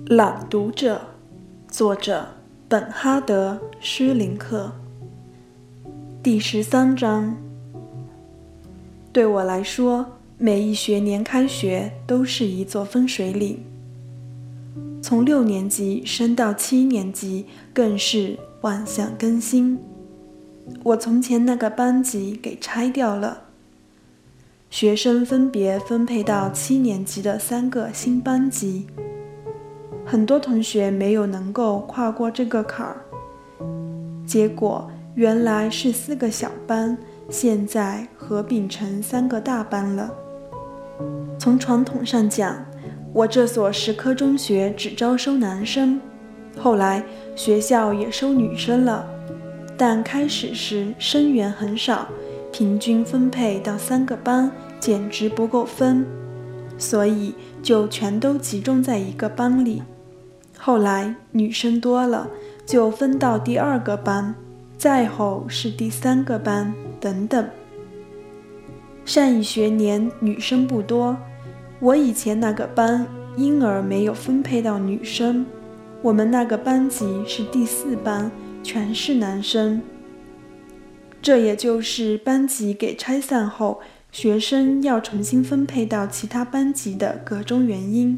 朗读者，作者本哈德·施林克。第13章。对我来说，每一学年开学都是一座分水岭。从6年级升到7年级，更是万象更新。我从前那个班级给拆掉了，学生分别分配到7年级的3个新班级。很多同学没有能够跨过这个坎儿，结果原来是4个小班，现在合并成3个大班了。从传统上讲，我这所10科中学只招收男生，后来学校也收女生了，但开始时生源很少，平均分配到3个班简直不够分，所以就全都集中在一个班里。后来女生多了，就分到第2个班，再后是第3个班，等等。上一学年女生不多，我以前那个班因而没有分配到女生，我们那个班级是第4班，全是男生。这也就是班级给拆散后，学生要重新分配到其他班级的个中原因。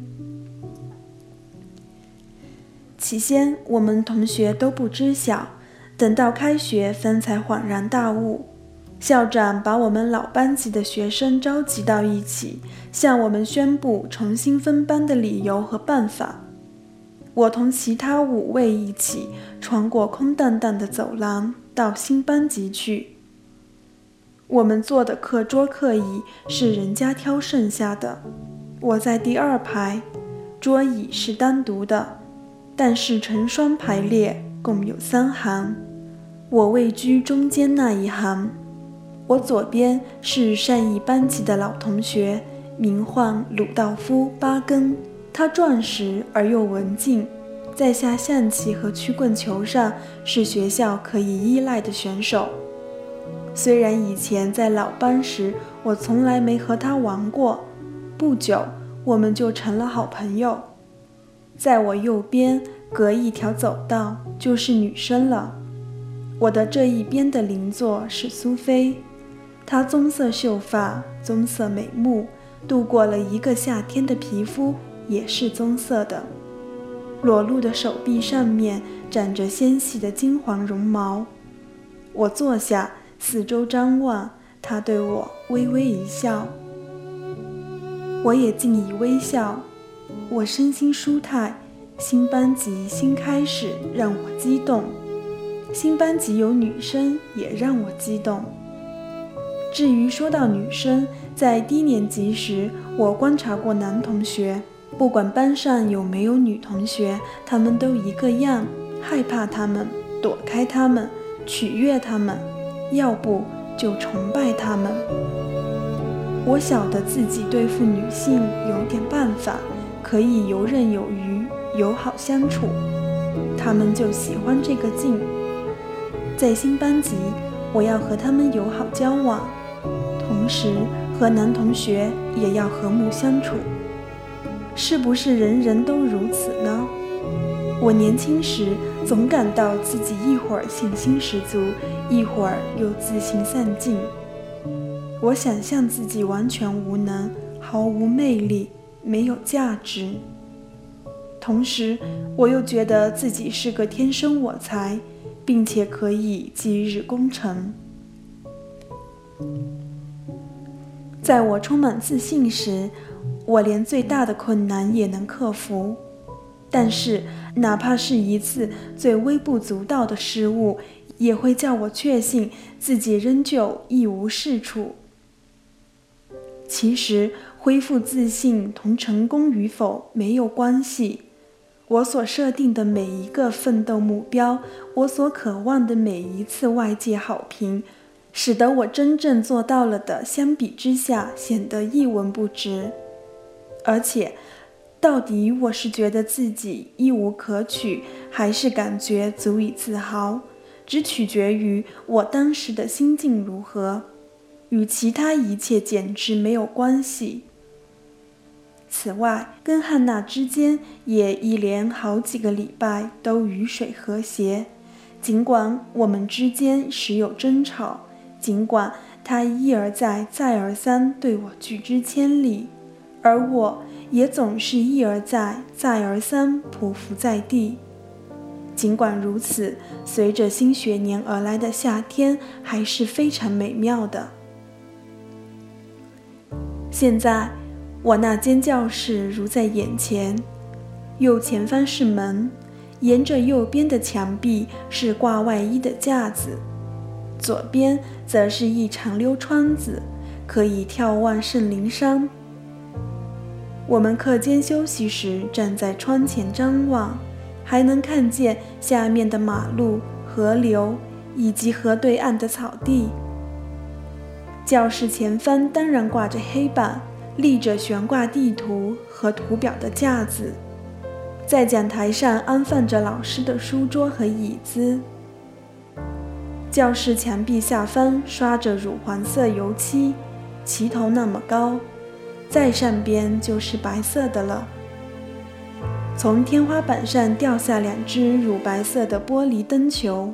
起先我们同学都不知晓，等到开学方才恍然大悟。校长把我们老班级的学生召集到一起，向我们宣布重新分班的理由和办法。我同其他5位一起穿过空荡荡的走廊到新班级去。我们坐的课桌课椅是人家挑剩下的，我在第2排，桌椅是单独的，但是成双排列，共有3行，我位居中间那一行。我左边是上一班级的老同学，名唤鲁道夫·巴根，他壮实而又文静，在下象棋和曲棍球上是学校可以依赖的选手。虽然以前在老班时我从来没和他玩过，不久我们就成了好朋友。在我右边隔一条走道就是女生了，我的这一边的邻座是苏菲，她棕色秀发，棕色美目，度过了1个夏天的皮肤也是棕色的，裸露的手臂上面长着纤细的金黄绒毛。我坐下，四周张望，她对我微微一笑，我也尽以微笑。我身心舒泰，新班级新开始让我激动，新班级有女生也让我激动。至于说到女生，在低年级时我观察过男同学，不管班上有没有女同学，他们都一个样，害怕他们，躲开他们，取悦他们，要不就崇拜他们。我晓得自己对付女性有点办法，可以游刃有余，友好相处，他们就喜欢这个劲。在新班级，我要和他们友好交往，同时和男同学也要和睦相处。是不是人人都如此呢？我年轻时总感到自己一会儿信心十足，一会儿又自信散尽。我想象自己完全无能，毫无魅力，没有价值。同时我又觉得自己是个天生我材，并且可以继日功成。在我充满自信时，我连最大的困难也能克服，但是哪怕是一次最微不足道的失误，也会叫我确信自己仍旧一无是处。其实恢复自信同成功与否没有关系，我所设定的每一个奋斗目标，我所渴望的每一次外界好评，使得我真正做到了的相比之下显得一文不值。而且到底我是觉得自己一无可取，还是感觉足以自豪，只取决于我当时的心境如何，与其他一切简直没有关系。此此外，跟汉娜之间也一连好几个礼拜都鱼水和谐。尽管我们之间时有争吵，尽管她一而再再而三对我拒之千里，而我也总是一而再再而三匍匐在地。尽管如此，随着新学年而来的夏天还是非常美妙的。现在我那间教室如在眼前，右前方是门，沿着右边的墙壁是挂外衣的架子，左边则是一长溜窗子，可以眺望圣灵山。我们课间休息时站在窗前张望，还能看见下面的马路、河流以及河对岸的草地。教室前方当然挂着黑板，立着悬挂地图和图表的架子，在讲台上安放着老师的书桌和椅子。教室墙壁下方刷着乳黄色油漆，齐头那么高，再上边就是白色的了。从天花板上掉下2只乳白色的玻璃灯球。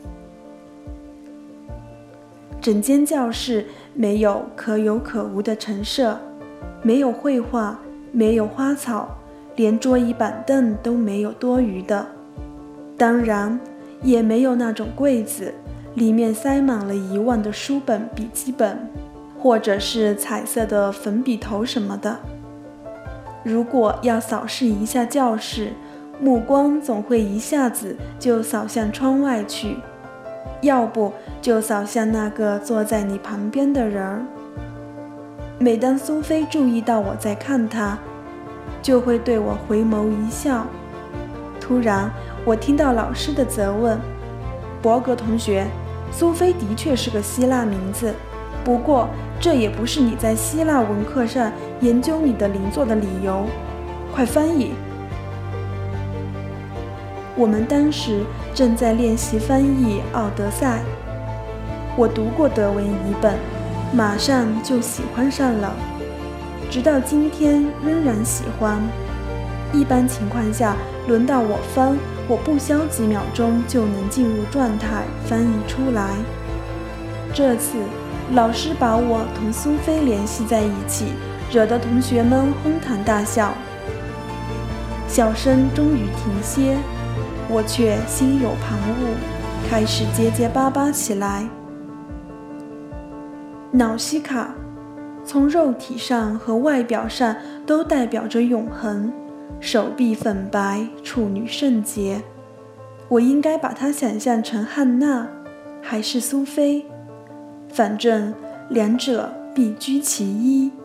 整间教室没有可有可无的陈设，没有绘画，没有花草，连桌椅板凳都没有多余的。当然，也没有那种柜子，里面塞满了遗忘的书本、笔记本，或者是彩色的粉笔头什么的。如果要扫视一下教室，目光总会一下子就扫向窗外去，要不就扫向那个坐在你旁边的人。每当苏菲注意到我在看她，就会对我回眸一笑。突然，我听到老师的责问：“伯格同学，苏菲的确是个希腊名字，不过这也不是你在希腊文课上研究你的邻座的理由。快翻译！”我们当时正在练习翻译《奥德赛》，我读过德文译本，马上就喜欢上了，直到今天仍然喜欢。一般情况下，轮到我翻，我不消几秒钟就能进入状态，翻译出来。这次老师把我同苏菲联系在一起，惹得同学们哄堂大笑。笑声终于停歇，我却心有旁骛，开始结结巴巴起来。瑙西卡，从肉体上和外表上都代表着永恒，手臂粉白，处女圣洁。我应该把它想象成汉娜，还是苏菲？反正两者必居其一。